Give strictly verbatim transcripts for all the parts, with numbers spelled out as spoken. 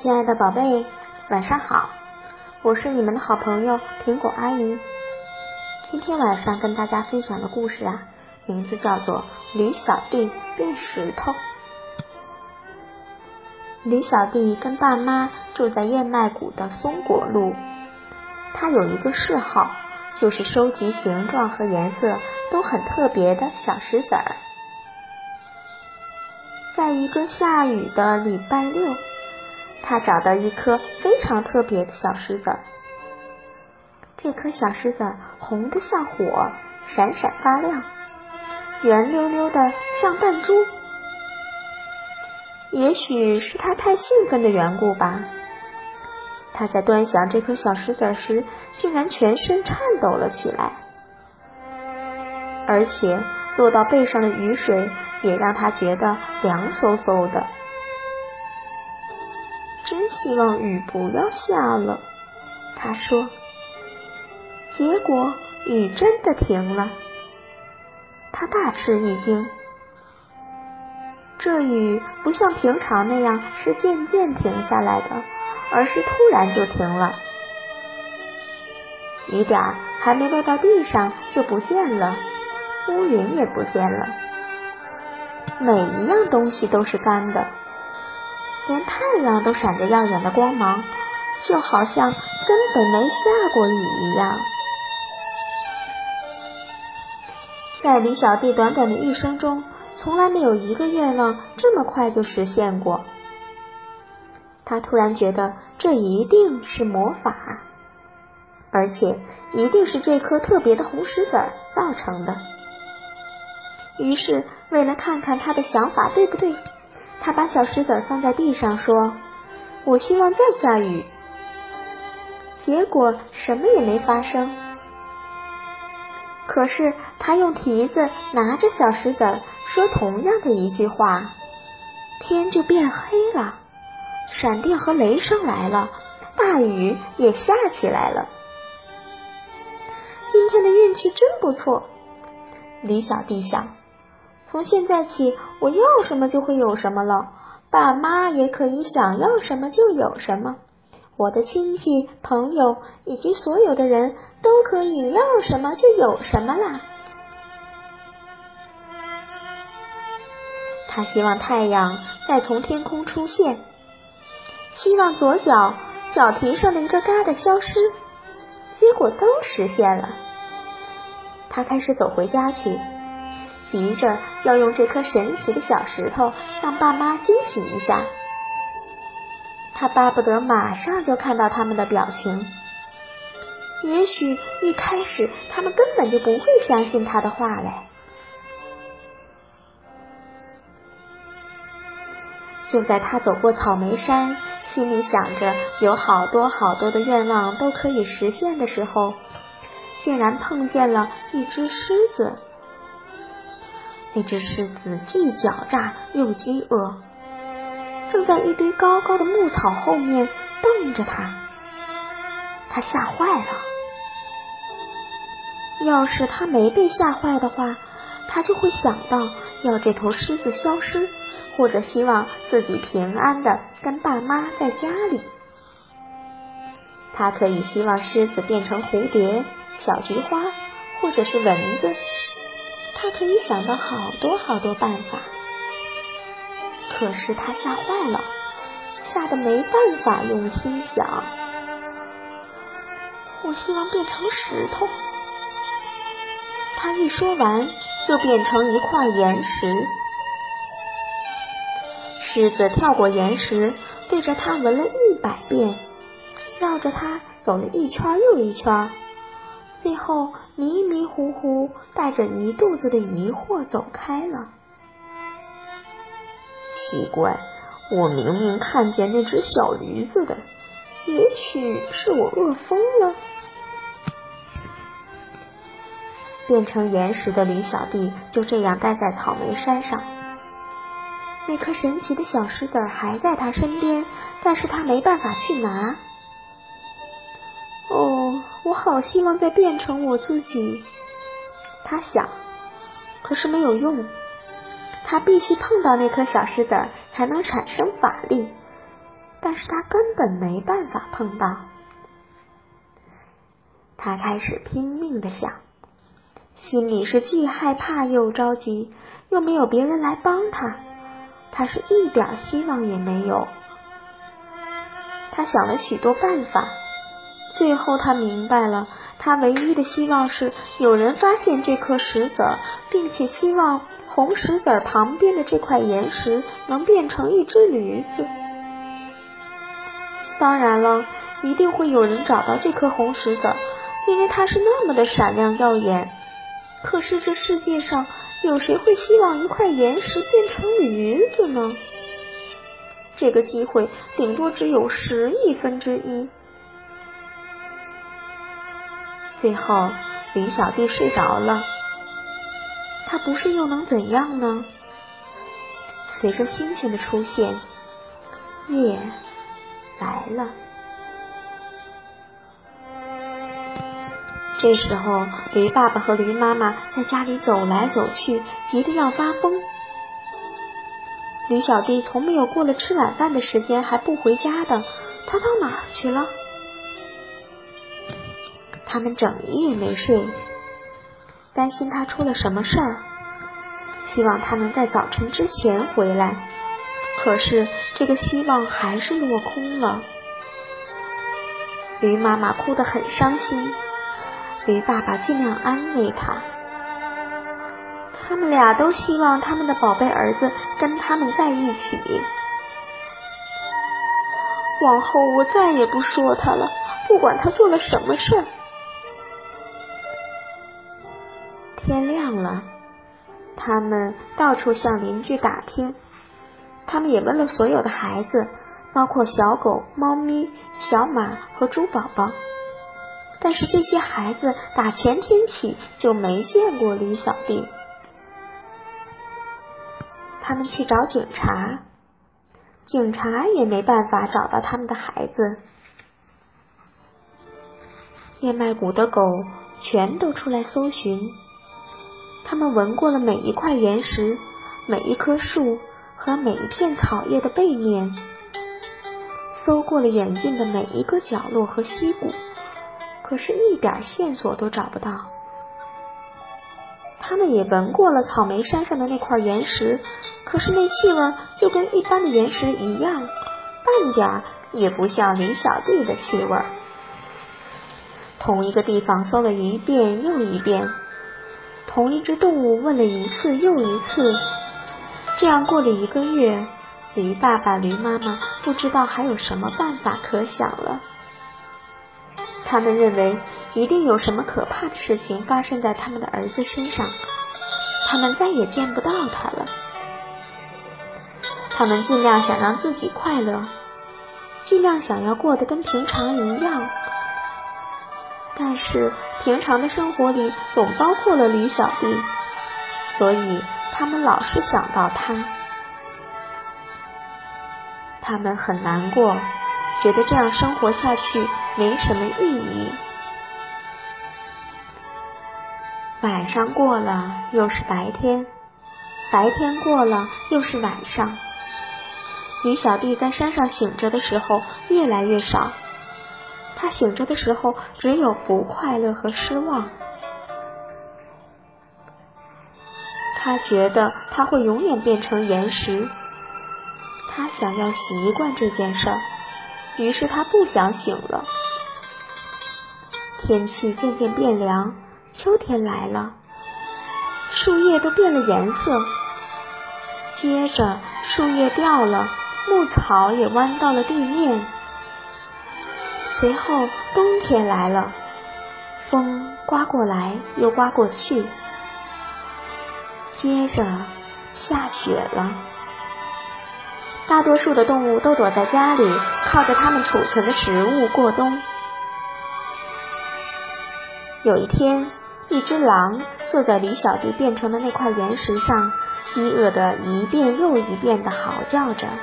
亲爱的宝贝，晚上好，我是你们的好朋友苹果阿姨。今天晚上跟大家分享的故事啊，名字叫做驴小弟变石头。驴小弟跟爸妈住在燕麦谷的松果路，他有一个嗜好，就是收集形状和颜色都很特别的小石子儿。在一个下雨的礼拜六，他找到一颗非常特别的小石子儿。这颗小石子儿红得像火，闪闪发亮，圆溜溜的像弹珠。也许是他太兴奋的缘故吧，他在端详这颗小石子时，竟然全身颤抖了起来，而且落到背上的雨水也让他觉得凉飕飕的。真希望雨不要下了，他说。结果雨真的停了，他大吃一惊。这雨不像平常那样是渐渐停下来的，而是突然就停了。雨点还没落到地上就不见了，乌云也不见了，每一样东西都是干的，连太阳都闪着耀眼的光芒，就好像根本没下过雨一样。在驴小弟短短的一生中，从来没有一个愿望这么快就实现过。他突然觉得这一定是魔法，而且一定是这颗特别的红石子造成的。于是为了看看他的想法对不对，他把小石子放在地上说，我希望再下雨。结果什么也没发生。可是他用蹄子拿着小石子说同样的一句话，天就变黑了，闪电和雷声来了，大雨也下起来了。今天的运气真不错，驴小弟想，从现在起我要什么就会有什么了，爸妈也可以想要什么就有什么，我的亲戚朋友以及所有的人都可以要什么就有什么啦。他希望太阳再从天空出现，希望左脚脚蹄上的一个疙瘩消失，结果都实现了。他开始走回家去，急着要用这颗神奇的小石头让爸妈惊喜一下。他巴不得马上就看到他们的表情，也许一开始他们根本就不会相信他的话嘞。就在他走过草莓山，心里想着有好多好多的愿望都可以实现的时候，竟然碰见了一只狮子。那只狮子既狡诈又饥饿，正在一堆高高的牧草后面瞪着他。他吓坏了。要是他没被吓坏的话，他就会想到要这头狮子消失，或者希望自己平安的跟爸妈在家里。他可以希望狮子变成蝴蝶、小菊花或者是蚊子，他可以想到好多好多办法。可是他吓坏了，吓得没办法用心想。我希望变成石头。他一说完，就变成一块岩石。狮子跳过岩石，对着他闻了一百遍，绕着他走了一圈又一圈，最后迷迷糊糊带着一肚子的疑惑走开了。奇怪，我明明看见那只小驴子的，也许是我饿疯了。变成岩石的驴小弟就这样待在草莓山上，那颗神奇的小石子还在他身边，但是他没办法去拿。哦，我好希望再变成我自己，他想，可是没有用，他必须碰到那颗小石子才能产生法力， 但是他根本没办法碰到。他开始拼命地想，心里是既害怕又着急，又没有别人来帮他，他是一点希望也没有。他想了许多办法，最后他明白了，他唯一的希望是有人发现这颗石子，并且希望红石子旁边的这块岩石能变成一只驴子。当然了，一定会有人找到这颗红石子，因为它是那么的闪亮耀眼。可是这世界上有谁会希望一块岩石变成驴子呢？这个机会顶多只有十亿分之一。最后驴小弟睡着了，他不睡又能怎样呢？随着星星的出现，夜来了。这时候驴爸爸和驴妈妈在家里走来走去，急得要发疯。驴小弟从没有过了吃晚饭的时间还不回家的，他到哪儿去了？他们整夜没睡，担心他出了什么事儿，希望他能在早晨之前回来。可是这个希望还是落空了。驴妈妈哭得很伤心，驴爸爸尽量安慰他。他们俩都希望他们的宝贝儿子跟他们在一起。往后我再也不说他了，不管他做了什么事儿。天亮了，他们到处向邻居打听，他们也问了所有的孩子，包括小狗、猫咪、小马和猪宝宝。但是这些孩子打前天起就没见过驴小弟。他们去找警察，警察也没办法找到他们的孩子。燕麦谷的狗全都出来搜寻，他们闻过了每一块岩石、每一棵树和每一片草叶的背面，搜过了远近的每一个角落和溪谷，可是一点线索都找不到。他们也闻过了草莓山上的那块岩石，可是那气味就跟一般的岩石一样，半点也不像驴小弟的气味。同一个地方搜了一遍又一遍，同一只动物问了一次又一次。这样过了一个月，驴爸爸、驴妈妈不知道还有什么办法可想了。他们认为一定有什么可怕的事情发生在他们的儿子身上，他们再也见不到他了。他们尽量想让自己快乐，尽量想要过得跟平常一样，但是平常的生活里总包括了驴小弟，所以他们老是想到他。他们很难过，觉得这样生活下去没什么意义。晚上过了又是白天，白天过了又是晚上。驴小弟在山上醒着的时候越来越少，他醒着的时候只有不快乐和失望。他觉得他会永远变成岩石，他想要习惯这件事儿，于是他不想醒了。天气渐渐变凉，秋天来了，树叶都变了颜色，接着树叶掉了，牧草也弯到了地面。随后冬天来了，风刮过来又刮过去，接着下雪了。大多数的动物都躲在家里，靠着它们储存的食物过冬。有一天，一只狼坐在驴小弟变成的那块岩石上，饥饿的一遍又一遍地嚎叫着。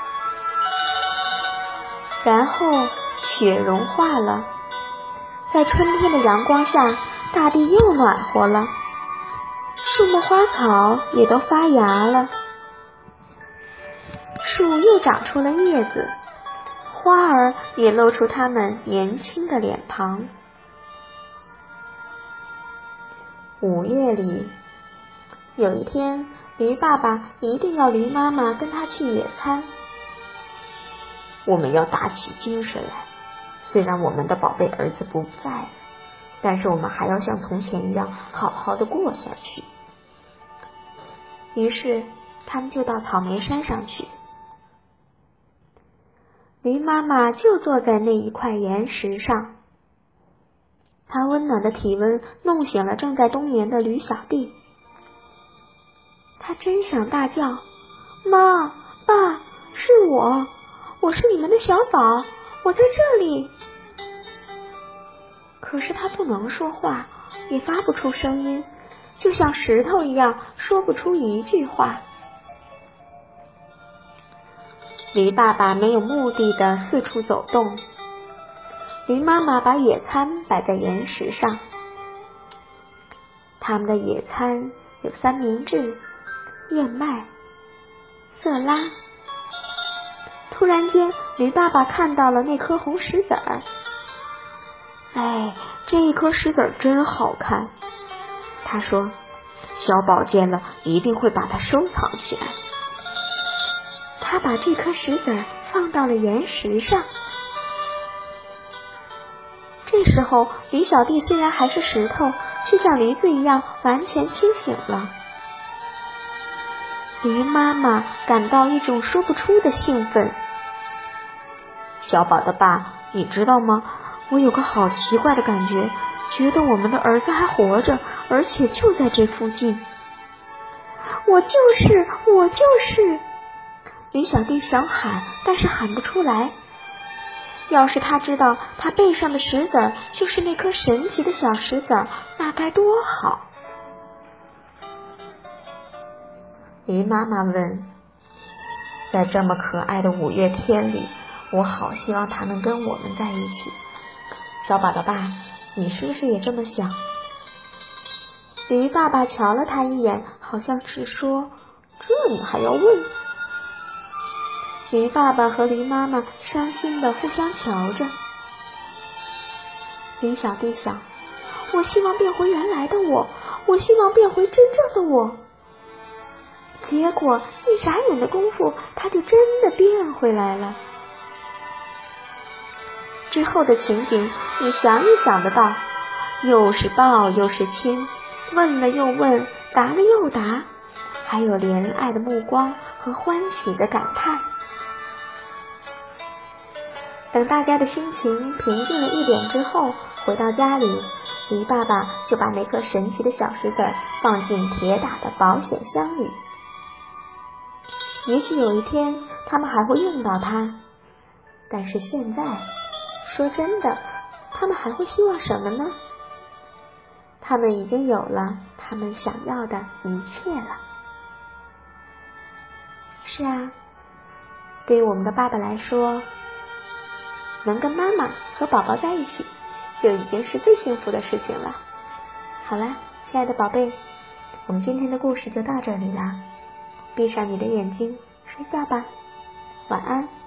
然后雪融化了，在春天的阳光下，大地又暖和了，树木花草也都发芽了，树又长出了叶子， 花儿也露出它们年轻的脸庞。五月里，有一天，驴爸爸一定要驴妈妈跟他去野餐。我们要打起精神来，虽然我们的宝贝儿子不在了，但是我们还要像从前一样好好的过下去。于是他们就到草莓山上去。驴妈妈就坐在那一块岩石上，她温暖的体温弄醒了正在冬眠的驴小弟。他真想大叫：妈，爸，是我，我是你们的小宝，我在这里。可是他不能说话，也发不出声音，就像石头一样，说不出一句话。驴爸爸没有目的的四处走动，驴妈妈把野餐摆在岩石上。他们的野餐有三明治、燕麦、色拉。突然间，驴爸爸看到了那颗红石子儿。哎，这一颗石子儿真好看，他说，小宝见了一定会把它收藏起来。他把这颗石子儿放到了岩石上。这时候，驴小弟虽然还是石头，却像驴子一样完全清醒了。驴妈妈感到一种说不出的兴奋。小宝的爸，你知道吗？我有个好奇怪的感觉，觉得我们的儿子还活着，而且就在这附近。我就是，我就是！驴小弟想喊，但是喊不出来。要是他知道他背上的石子就是那颗神奇的小石子，那该多好！驴妈妈问：在这么可爱的五月天里，我好希望他能跟我们在一起。小宝的爸，你是不是也这么想？驴爸爸瞧了他一眼，好像是说，这你还要问？驴爸爸和驴妈妈伤心的互相瞧着。驴小弟想，我希望变回原来的我，我希望变回真正的我。结果一眨眼的功夫，他就真的变回来了。之后的情景你想也想得到，又是抱又是亲，问了又问，答了又答，还有怜爱的目光和欢喜的感叹。等大家的心情平静了一点之后，回到家里，驴爸爸就把那颗神奇的小石子放进铁打的保险箱里。也许有一天他们还会用到它，但是现在，说真的，他们还会希望什么呢？他们已经有了他们想要的一切了。是啊，对于我们的爸爸来说，能跟妈妈和宝宝在一起，就已经是最幸福的事情了。好了，亲爱的宝贝，我们今天的故事就到这里了。闭上你的眼睛，睡觉吧，晚安。